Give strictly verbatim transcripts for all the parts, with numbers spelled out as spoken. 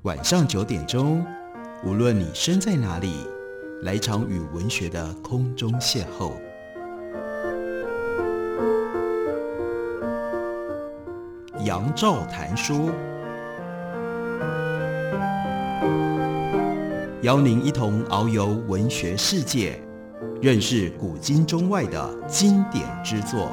晚上九点钟，无论你身在哪里，来场与文学的空中邂逅。杨照谈书，邀您一同遨游文学世界，认识古今中外的经典之作。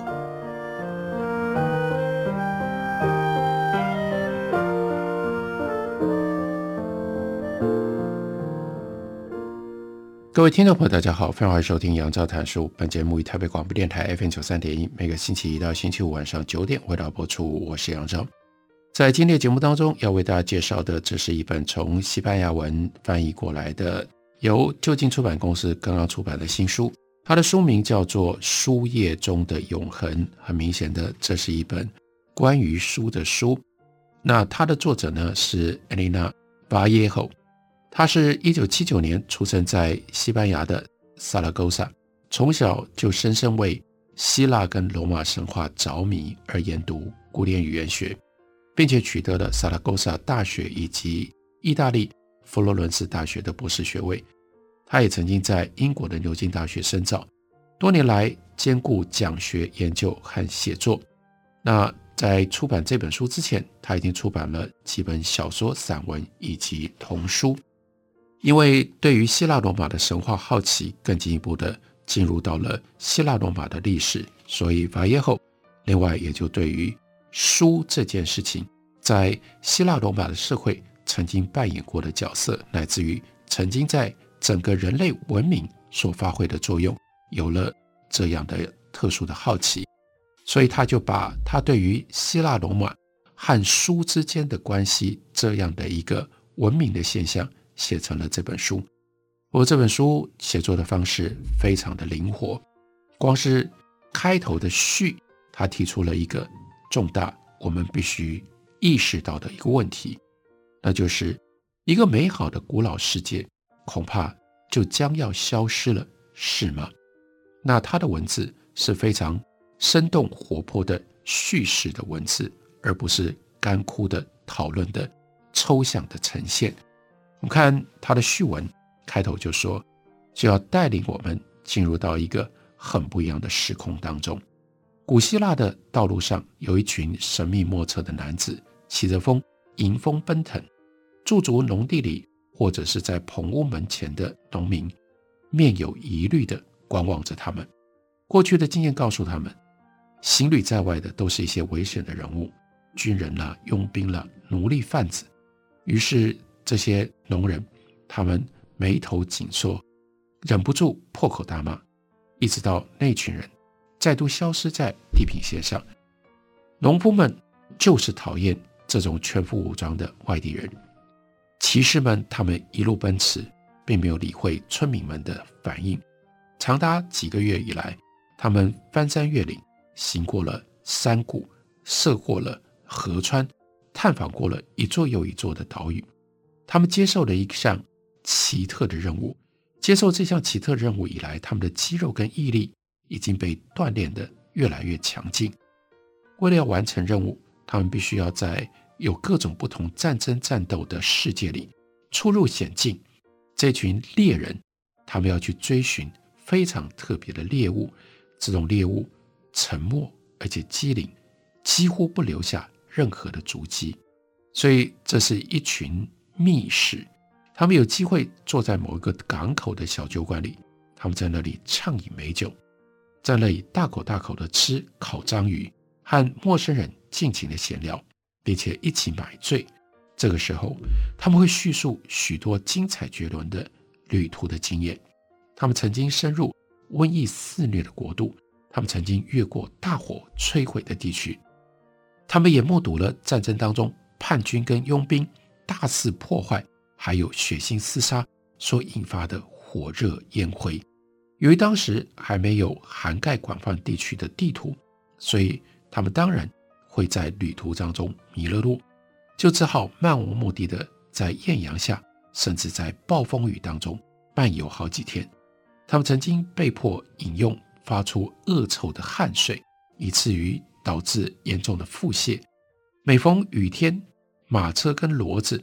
各位听众朋友大家好，非常欢迎收听杨照谈书。本节目以台北广播电台 F M 九十三点一 每个星期一到星期五晚上九点为大家播出。我是杨照。在今天的节目当中要为大家介绍的，这是一本从西班牙文翻译过来的，由就近出版公司刚刚出版的新书。它的书名叫做《书页中的永恒》，很明显的这是一本关于书的书。那它的作者呢是 Elena Vallejo，他是一九七九年出生在西班牙的萨拉戈萨，从小就深深为希腊跟罗马神话着迷而研读古典语言学，并且取得了萨拉戈萨大学以及意大利佛罗伦斯大学的博士学位。他也曾经在英国的牛津大学深造，多年来兼顾讲学研究和写作。那在出版这本书之前，他已经出版了几本小说、散文以及童书。因为对于希腊罗马的神话好奇，更进一步的进入到了希腊罗马的历史，所以Vallejo另外也就对于书这件事情在希腊罗马的社会曾经扮演过的角色，乃至于曾经在整个人类文明所发挥的作用，有了这样的特殊的好奇，所以他就把他对于希腊罗马和书之间的关系这样的一个文明的现象写成了这本书。不过这本书写作的方式非常的灵活，光是开头的序，他提出了一个重大我们必须意识到的一个问题，那就是一个美好的古老世界恐怕就将要消失了，是吗？那他的文字是非常生动活泼的叙事的文字，而不是干枯的讨论的抽象的呈现。我们看他的序文开头就说，就要带领我们进入到一个很不一样的时空当中。古希腊的道路上有一群神秘莫测的男子，骑着风迎风奔腾，驻足农地里或者是在棚屋门前的农民面有疑虑地观望着他们。过去的经验告诉他们，行旅在外的都是一些危险的人物，军人啦、佣兵啦、奴隶贩子。于是这些农人他们眉头紧锁，忍不住破口大骂，一直到那群人再度消失在地平线上。农夫们就是讨厌这种全副武装的外地人，骑士们他们一路奔驰，并没有理会村民们的反应。长达几个月以来，他们翻山越岭，行过了山谷，涉过了河川，探访过了一座又一座的岛屿。他们接受了一项奇特的任务，接受这项奇特任务以来，他们的肌肉跟毅力已经被锻炼得越来越强劲。为了要完成任务，他们必须要在有各种不同战争战斗的世界里出入险境。这群猎人他们要去追寻非常特别的猎物，这种猎物沉默而且机灵，几乎不留下任何的足迹。所以这是一群密使，他们有机会坐在某一个港口的小酒馆里，他们在那里畅饮美酒，在那里大口大口的吃烤章鱼，和陌生人尽情的闲聊，并且一起买醉。这个时候他们会叙述许多精彩绝伦的旅途的经验。他们曾经深入瘟疫肆虐的国度，他们曾经越过大火摧毁的地区，他们也目睹了战争当中叛军跟佣兵大肆破坏，还有血腥厮杀所引发的火热烟灰。由于当时还没有涵盖广泛地区的地图，所以他们当然会在旅途当中迷了路，就只好漫无目的的在艳阳下，甚至在暴风雨当中漫游好几天。他们曾经被迫饮用发出恶臭的汗水，以至于导致严重的腹泻。每逢雨天，马车跟骡子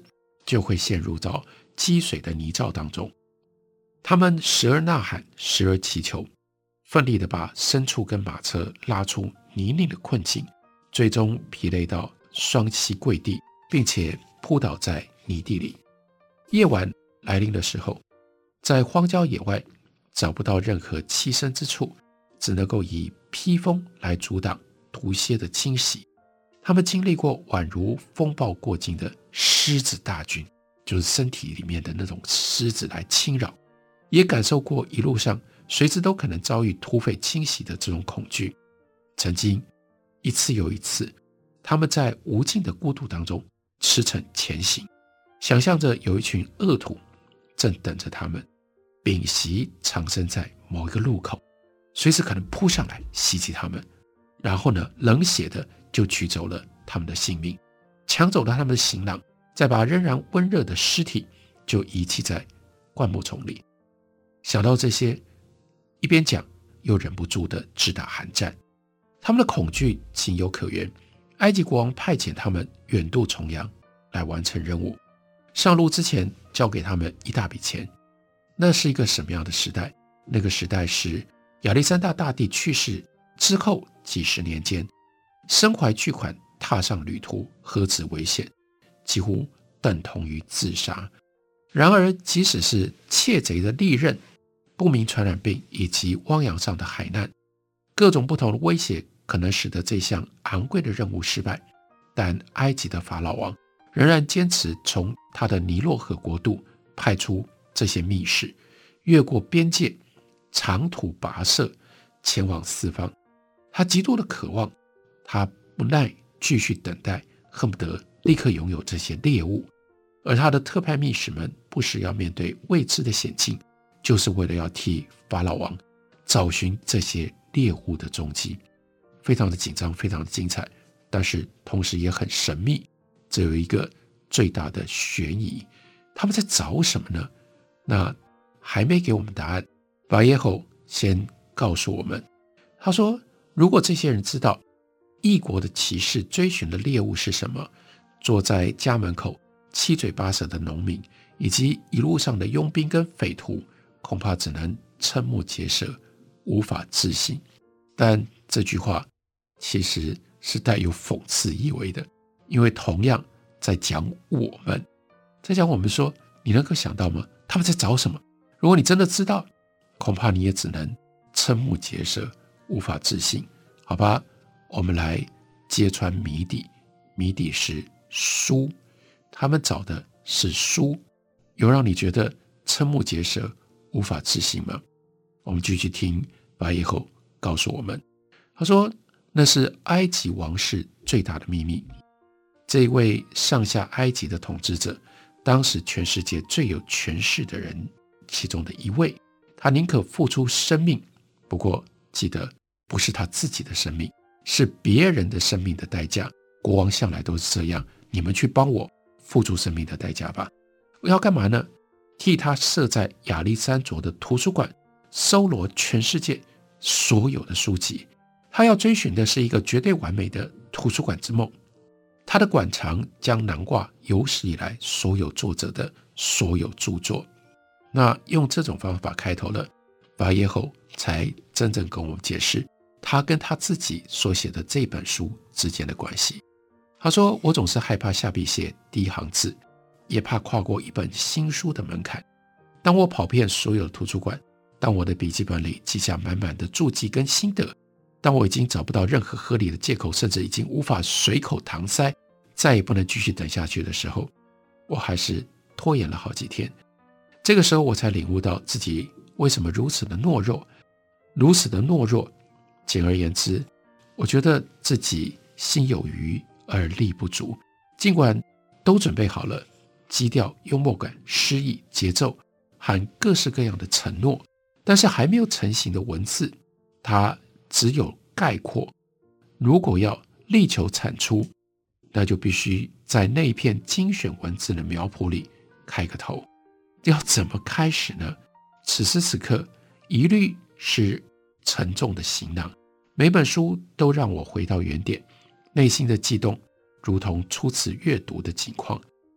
就会陷入到积水的泥沼当中。他们时而呐喊，时而祈求，奋力地把牲畜跟马车拉出泥泞的困境，最终疲累到双膝跪地，并且扑倒在泥地里。夜晚来临的时候，在荒郊野外找不到任何栖身之处，只能够以披风来阻挡土屑的侵袭。他们经历过宛如风暴过境的狮子大军，就是身体里面的那种狮子来侵扰，也感受过一路上随时都可能遭遇土匪侵袭的这种恐惧。曾经一次又一次，他们在无尽的孤独当中驰骋前行，想象着有一群恶徒正等着他们，屏息藏身在某一个路口，随时可能扑上来袭击他们，然后呢，冷血的就取走了他们的性命，抢走了他们的行囊，再把仍然温热的尸体就遗弃在灌木丛里。想到这些，一边讲又忍不住的直打寒战。他们的恐惧情有可原，埃及国王派遣他们远渡重洋来完成任务。上路之前交给他们一大笔钱。那是一个什么样的时代？那个时代是亚历山大大帝去世之后几十年间，身怀巨款踏上旅途何止危险，几乎等同于自杀。然而即使是窃贼的利刃、不明传染病以及汪洋上的海难，各种不同的威胁可能使得这项昂贵的任务失败，但埃及的法老王仍然坚持从他的尼洛河国度派出这些密使，越过边界，长途跋涉，前往四方。他极度的渴望，他不耐继续等待，恨不得立刻拥有这些猎物。而他的特派密使们不时要面对未知的险境，就是为了要替法老王找寻这些猎物的踪迹。非常的紧张，非常的精彩，但是同时也很神秘。这有一个最大的悬疑，他们在找什么呢？那还没给我们答案。巴耶侯先告诉我们，他说如果这些人知道异国的骑士追寻的猎物是什么，坐在家门口七嘴八舌的农民以及一路上的佣兵跟匪徒，恐怕只能瞠目结舌，无法置信。但这句话其实是带有讽刺意味的，因为同样在讲我们，在讲我们说，你能够想到吗？他们在找什么？如果你真的知道，恐怕你也只能瞠目结舌，无法置信。好吧，我们来揭穿谜底。谜底是书，他们找的是书，有让你觉得瞠目结舌，无法置信吗？我们继续听巴耶侯告诉我们，他说那是埃及王室最大的秘密。这一位上下埃及的统治者，当时全世界最有权势的人其中的一位，他宁可付出生命，不过记得不是他自己的生命，是别人的生命的代价。国王向来都是这样，你们去帮我付出生命的代价吧。我要干嘛呢？替他设在亚历山卓的图书馆，搜罗全世界所有的书籍。他要追寻的是一个绝对完美的图书馆之梦。他的馆藏将囊括有史以来所有作者的所有著作。那用这种方法开头了，巴耶侯才真正跟我们解释他跟他自己所写的这本书之间的关系。他说，我总是害怕下笔写第一行字，也怕跨过一本新书的门槛。当我跑遍所有的图书馆，当我的笔记本里记下满满的注记跟心得，当我已经找不到任何合理的借口，甚至已经无法随口搪塞，再也不能继续等下去的时候，我还是拖延了好几天。这个时候我才领悟到自己为什么如此的懦弱，如此的懦弱。简而言之，我觉得自己心有余而力不足，尽管都准备好了基调、幽默感、诗意、节奏和各式各样的承诺，但是还没有成型的文字，它只有概括。如果要力求产出，那就必须在那一片精选文字的苗圃里开个头。要怎么开始呢？此时此刻，一律是沉重的行囊，每本书都让我回到原点，内心的悸动如同初次阅读的景况，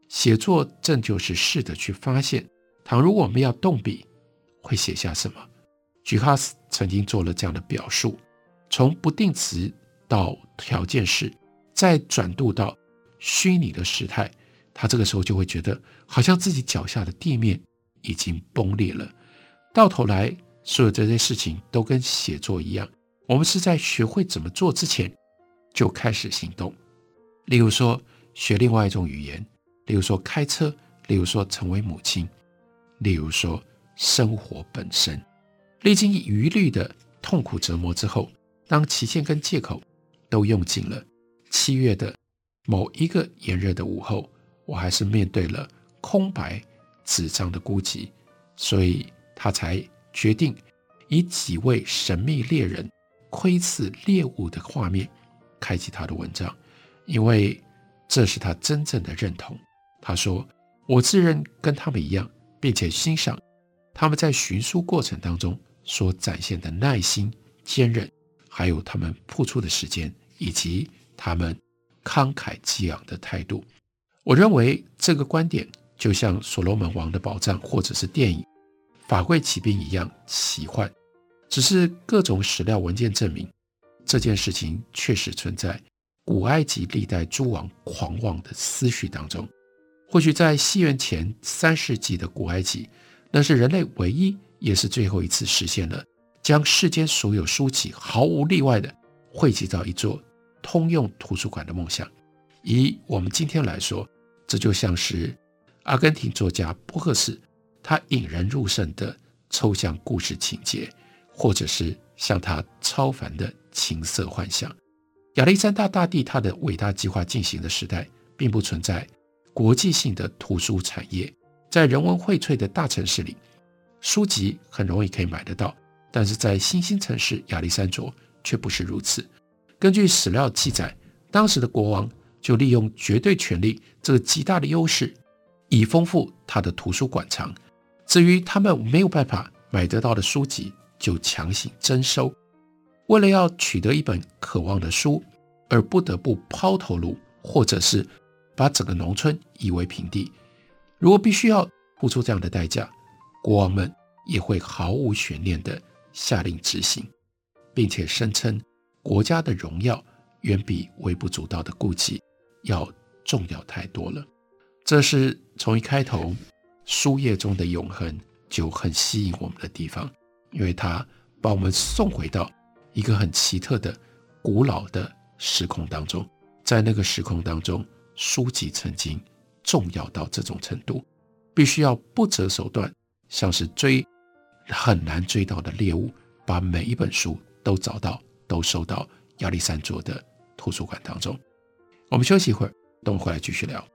写作正就是试着去发现，倘如我们要动笔，会写下什么。居哈斯曾经做了这样的表述，从不定词到条件式，再转渡到虚拟的时态，他这个时候就会觉得好像自己脚下的地面已经崩裂了。到头来，所有这些事情都跟写作一样，我们是在学会怎么做之前就开始行动。例如说学另外一种语言，例如说开车，例如说成为母亲，例如说生活本身。历经余虑的痛苦折磨之后，当期限跟借口都用尽了，七月的某一个炎热的午后，我还是面对了空白纸张的孤寂，所以他才决定以几位神秘猎人窥伺猎物的画面开启他的文章，因为这是他真正的认同。他说，我自认跟他们一样，并且欣赏他们在寻书过程当中所展现的耐心、坚韧，还有他们付出的时间，以及他们慷慨激昂的态度。我认为这个观点就像所罗门王的宝藏或者是电影法柜骑兵一样奇幻，只是各种史料文件证明这件事情确实存在古埃及历代诸王狂妄的思绪当中。或许在西元前三世纪的古埃及，那是人类唯一也是最后一次实现了将世间所有书籍毫无例外的汇集到一座通用图书馆的梦想。以我们今天来说，这就像是阿根廷作家波赫斯他引人入胜的抽象故事情节，或者是像他超凡的情色幻想。亚历山大大帝他的伟大计划进行的时代，并不存在国际性的图书产业，在人文荟萃的大城市里，书籍很容易可以买得到，但是在新兴城市亚历山卓却不是如此。根据史料记载，当时的国王就利用绝对权力这个极大的优势，以丰富他的图书馆藏。至于他们没有办法买得到的书籍，就强行征收。为了要取得一本渴望的书，而不得不抛头颅，或者是把整个农村夷为平地。如果必须要付出这样的代价，国王们也会毫无悬念地下令执行，并且声称国家的荣耀远比微不足道的顾忌要重要太多了。这是从一开头书页中的永恒就很吸引我们的地方，因为它把我们送回到一个很奇特的古老的时空当中。在那个时空当中，书籍曾经重要到这种程度，必须要不择手段，像是追很难追到的猎物，把每一本书都找到，都收到亚历山卓的图书馆当中。我们休息一会儿，等我回来继续聊。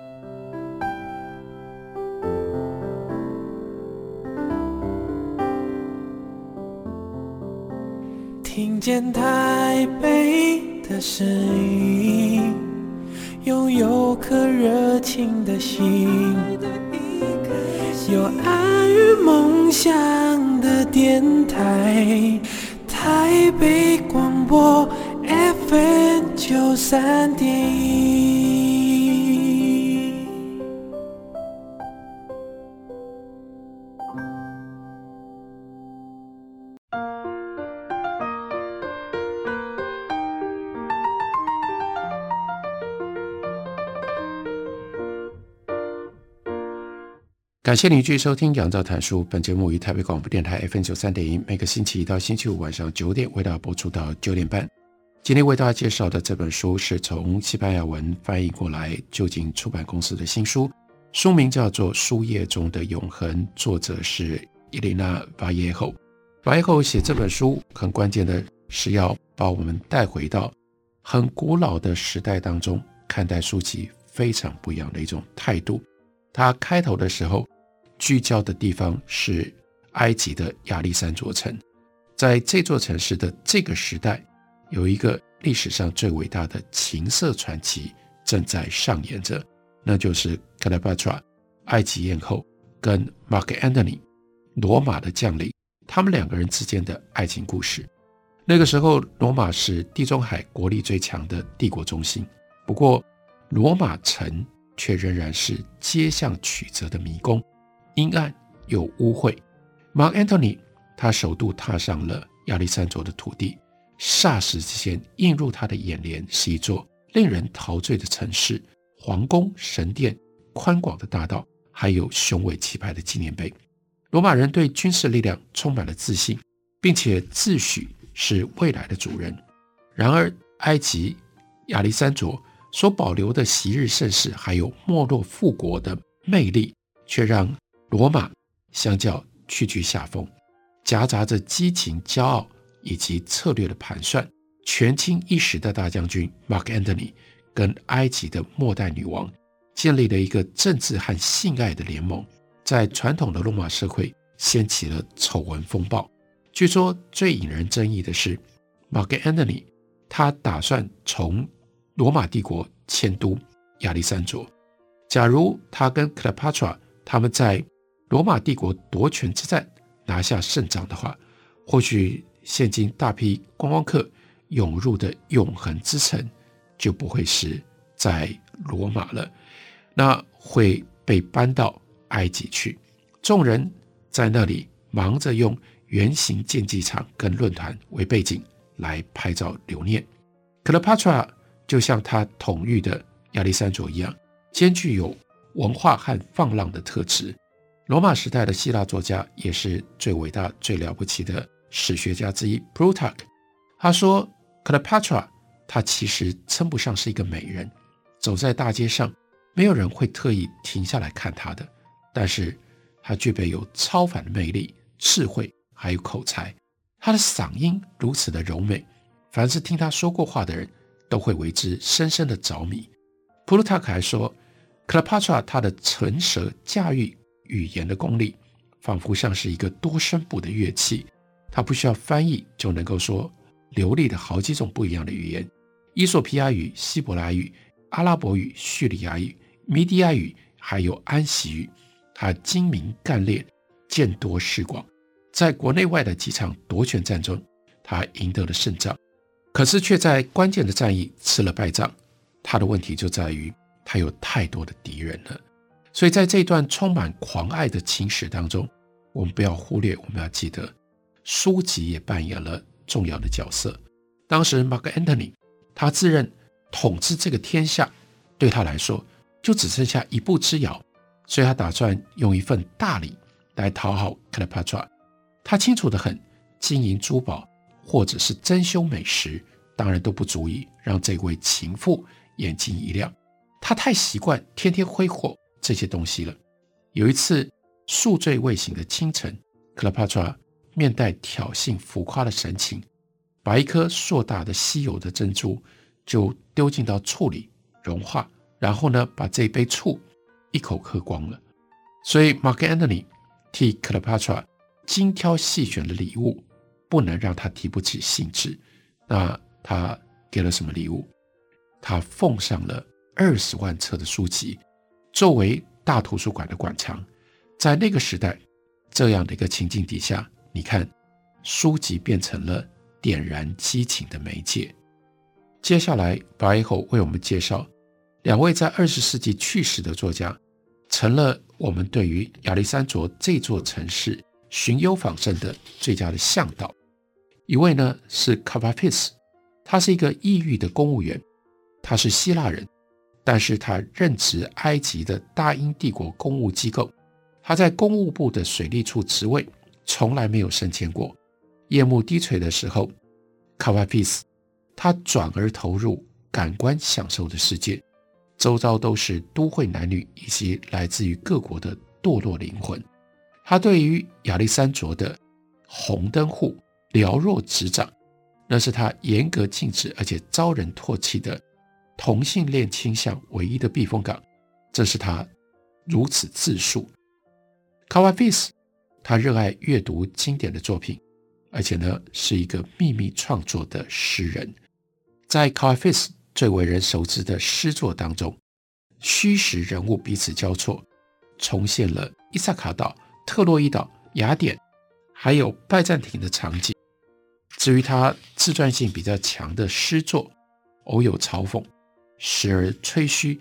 听见台北的声音，拥有颗热情的心，有爱与梦想的电台，台北广播 F M 九三点一。 感谢您继续收听杨照谈书，本节目于台北广播电台 F M 九三点一，每个星期一到星期五晚上九点为大家播出到九点半。今天为大家介绍的这本书是从西班牙文翻译过来，究竟出版公司的新书，书名叫做《书页中的永恒》，作者是伊琳娜·瓦耶后。瓦耶后写这本书很关键的是要把我们带回到很古老的时代当中，看待书籍非常不一样的一种态度。他开头的时候聚焦的地方是埃及的亚历山卓城，在这座城市的这个时代，有一个历史上最伟大的情色传奇正在上演着，那就是克莱巴特拉埃及艳后跟 Mark Antony 罗马的将领，他们两个人之间的爱情故事。那个时候罗马是地中海国力最强的帝国中心，不过罗马城却仍然是街巷曲折的迷宫，阴暗又污秽。Mark Antony 他首度踏上了亚历山卓的土地，霎时之间映入他的眼帘是一座令人陶醉的城市，皇宫、神殿、宽广的大道，还有雄伟气派的纪念碑。罗马人对军事力量充满了自信，并且自诩是未来的主人。然而埃及亚历山卓所保留的昔日盛世还有没落复国的魅力，却让罗马相较屈居下风，夹杂着激情、骄傲以及策略的盘算。权倾一时的大将军 Mark Antony 跟埃及的末代女王建立了一个政治和性爱的联盟，在传统的罗马社会掀起了丑闻风暴。据说最引人争议的是 Mark Antony 他打算从罗马帝国迁都亚历山卓。假如他跟 Cleopatra 他们在罗马帝国夺权之战拿下胜仗的话，或许现今大批观光客涌入的永恒之城就不会是在罗马了，那会被搬到埃及去。众人在那里忙着用圆形竞技场跟论坛为背景来拍照留念。 Cleopatra 就像他统御的亚历山卓一样，兼具有文化和放浪的特质。罗马时代的希腊作家也是最伟大最了不起的史学家之一 Plutarch， 他说 Cleopatra 她其实称不上是一个美人，走在大街上没有人会特意停下来看她的，但是她具备有超凡的魅力、智慧还有口才。她的嗓音如此的柔美，凡是听她说过话的人都会为之深深的着迷。 Plutarch 还说 Cleopatra 她的唇舌驾驭语言的功力仿佛像是一个多声部的乐器，她不需要翻译就能够说流利的好几种不一样的语言，伊索比亚语、希伯来语、阿拉伯语、叙利亚语、米底亚语还有安息语。她精明干练，见多识广，在国内外的几场夺权战中她赢得了胜仗，可是却在关键的战役吃了败仗。她的问题就在于她有太多的敌人了。所以在这段充满狂爱的情史当中，我们不要忽略，我们要记得书籍也扮演了重要的角色。当时 Mark Antony 他自认统治这个天下对他来说就只剩下一步之遥，所以他打算用一份大礼来讨好 Cleopatra。 他清楚得很，金银珠宝或者是珍馐美食当然都不足以让这位情妇眼睛一亮，他太习惯天天挥霍这些东西了。有一次宿醉未醒的清晨， Cleopatra 面带挑衅浮夸的神情，把一颗硕大的稀有的珍珠就丢进到醋里融化，然后呢把这杯醋一口喝光了。所以 Mark Antony 替 Cleopatra 精挑细选的礼物不能让他提不起兴致。那他给了什么礼物？他奉上了二十万册的书籍作为大图书馆的馆藏。在那个时代这样的一个情境底下，你看书籍变成了点燃激情的媒介。接下来 Vallejo 为我们介绍两位在二十世纪去世的作家，成了我们对于亚历山卓这座城市寻幽访胜的最佳的向导。一位呢是 Cavafis， 他是一个异域的公务员，他是希腊人，但是他任职埃及的大英帝国公务机构，他在公务部的水利处职位从来没有升迁过。夜幕低垂的时候， Cavafis 他转而投入感官享受的世界，周遭都是都会男女以及来自于各国的堕落灵魂。他对于亚历山卓的红灯户了若指掌，那是他严格禁止而且遭人唾弃的同性恋倾向唯一的避风港，这是他如此自述。 Cavafis 他热爱阅读经典的作品，而且呢是一个秘密创作的诗人。在 Cavafis 最为人熟知的诗作当中，虚实人物彼此交错，重现了伊萨卡岛、特洛伊岛、雅典还有拜占庭的场景。至于他自传性比较强的诗作，偶有嘲讽，时而吹嘘，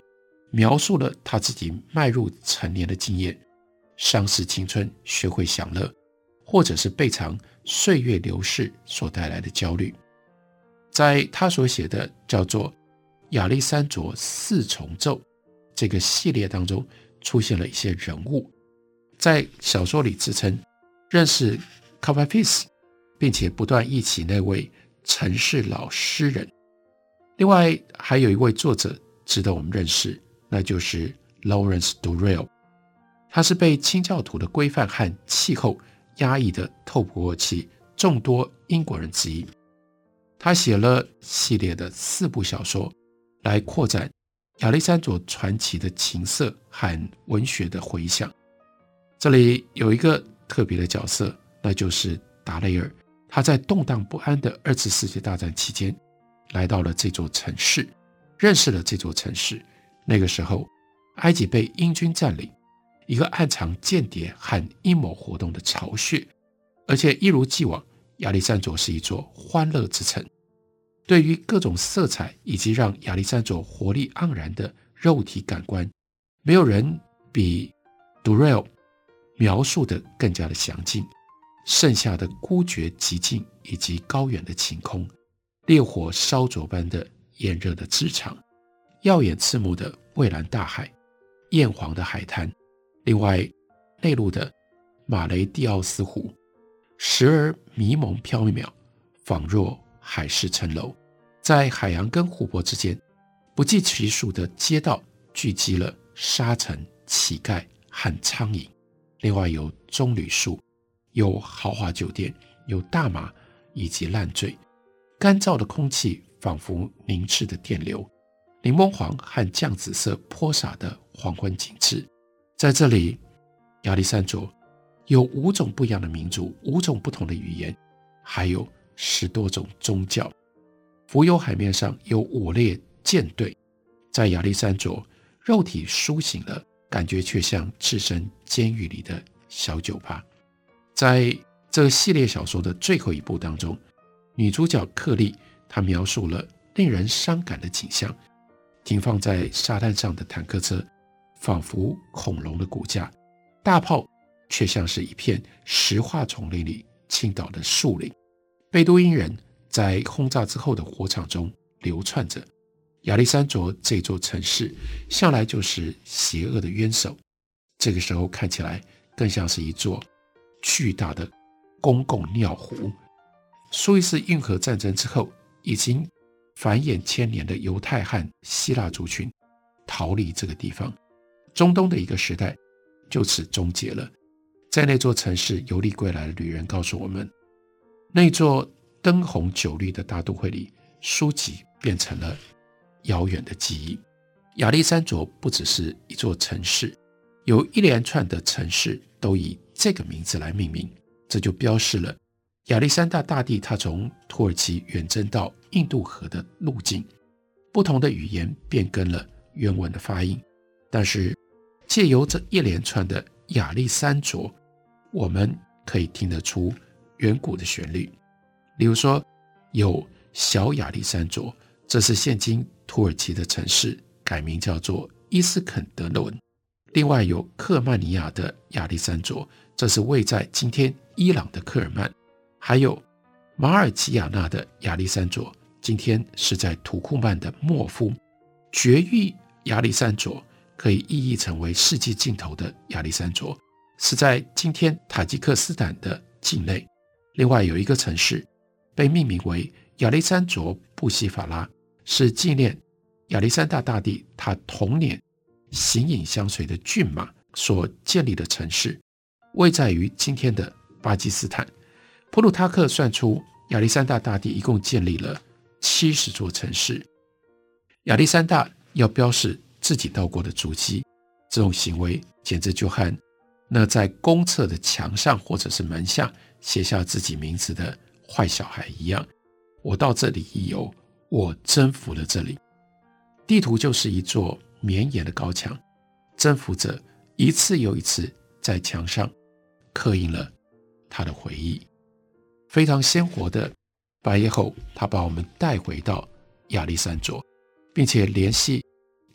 描述了他自己迈入成年的经验，伤逝青春，学会享乐，或者是备尝岁月流逝所带来的焦虑。在他所写的叫做亚历山卓四重奏这个系列当中，出现了一些人物，在小说里自称认识 Kavafis， 并且不断忆起那位城市老诗人。另外还有一位作者值得我们认识，那就是 Lawrence Durrell， 他是被清教徒的规范和气候压抑的透不过气众多英国人之一。他写了系列的四部小说，来扩展亚历山卓传奇的情色和文学的回响。这里有一个特别的角色，那就是达雷尔。他在动荡不安的二次世界大战期间来到了这座城市，认识了这座城市。那个时候埃及被英军占领，一个暗藏间谍和阴谋活动的巢穴，而且一如既往，亚历山卓是一座欢乐之城。对于各种色彩以及让亚历山卓活力盎然的肉体感官，没有人比 Durrell 描述的更加的详尽。盛夏的孤绝寂静，以及高远的晴空，烈火烧灼般的炎热的职场，耀眼刺目的蔚蓝大海，艳黄的海滩，另外内陆的马雷蒂奥斯湖，时而迷蒙飘渺，仿若海市蜃楼。在海洋跟湖泊之间，不计其数的街道聚集了沙尘、乞丐和苍蝇。另外有棕榈树，有豪华酒店，有大麻以及烂醉。干燥的空气仿佛凝滞的电流，柠檬黄和酱紫色泼洒的黄昏景致。在这里，亚历山卓有五种不一样的民族，五种不同的语言，还有十多种宗教。浮游海面上有五列舰队，在亚历山卓肉体苏醒了，感觉却像置身监狱里的小酒吧。在这个系列小说的最后一部当中，女主角克莉她描述了令人伤感的景象，停放在沙滩上的坦克车仿佛恐龙的骨架，大炮却像是一片石化丛林里倾倒的树林。贝都因人在轰炸之后的火场中流窜着。亚历山卓这座城市向来就是邪恶的冤首，这个时候看起来更像是一座巨大的公共尿壶。苏伊士运河战争之后，已经繁衍千年的犹太和希腊族群逃离这个地方，中东的一个时代就此终结了。在那座城市游历归来的旅人告诉我们，那座灯红酒绿的大都会里，书籍变成了遥远的记忆。亚历山卓不只是一座城市，有一连串的城市都以这个名字来命名，这就标示了亚历山大大帝他从土耳其远征到印度河的路径。不同的语言变更了原文的发音，但是借由这一连串的亚历山卓，我们可以听得出远古的旋律。例如说有小亚历山卓，这是现今土耳其的城市，改名叫做伊斯肯德伦。另外有克曼尼亚的亚历山卓，这是位在今天伊朗的科尔曼。还有马尔基亚纳的亚历山卓，今天是在土库曼的莫夫。绝域亚历山卓可以意译成为世纪尽头的亚历山卓，是在今天塔吉克斯坦的境内。另外有一个城市被命名为亚历山卓布西法拉，是纪念亚历山大大帝他童年形影相随的骏马所建立的城市，位在于今天的巴基斯坦。普鲁塔克算出亚历山大大帝一共建立了七十座城市。亚历山大要标示自己到过的足迹，这种行为简直就和那在公厕的墙上或者是门下写下自己名字的坏小孩一样。我到这里一游，我征服了这里。地图就是一座绵延的高墙，征服者一次又一次在墙上刻印了他的回忆。非常鲜活的白夜后，他把我们带回到亚历山卓，并且联系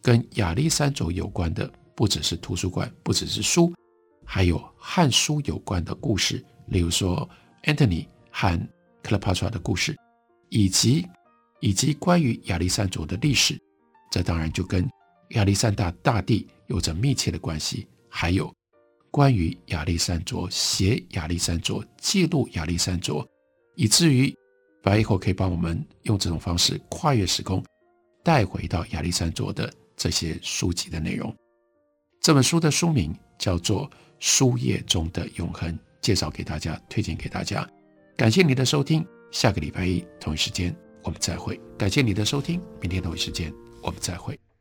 跟亚历山卓有关的不只是图书馆，不只是书，还有和书有关的故事，例如说 Antony 和 Cleopatra 的故事，以及以及关于亚历山卓的历史，这当然就跟亚历山大大帝有着密切的关系，还有关于亚历山卓写亚历山卓记录亚历山卓，以至于白以后可以帮我们用这种方式跨越时空带回到亚历山卓的这些书籍的内容。这本书的书名叫做《书页中的永恒》，介绍给大家，推荐给大家。感谢你的收听，下个礼拜一同一时间我们再会。感谢你的收听，明天同一时间我们再会。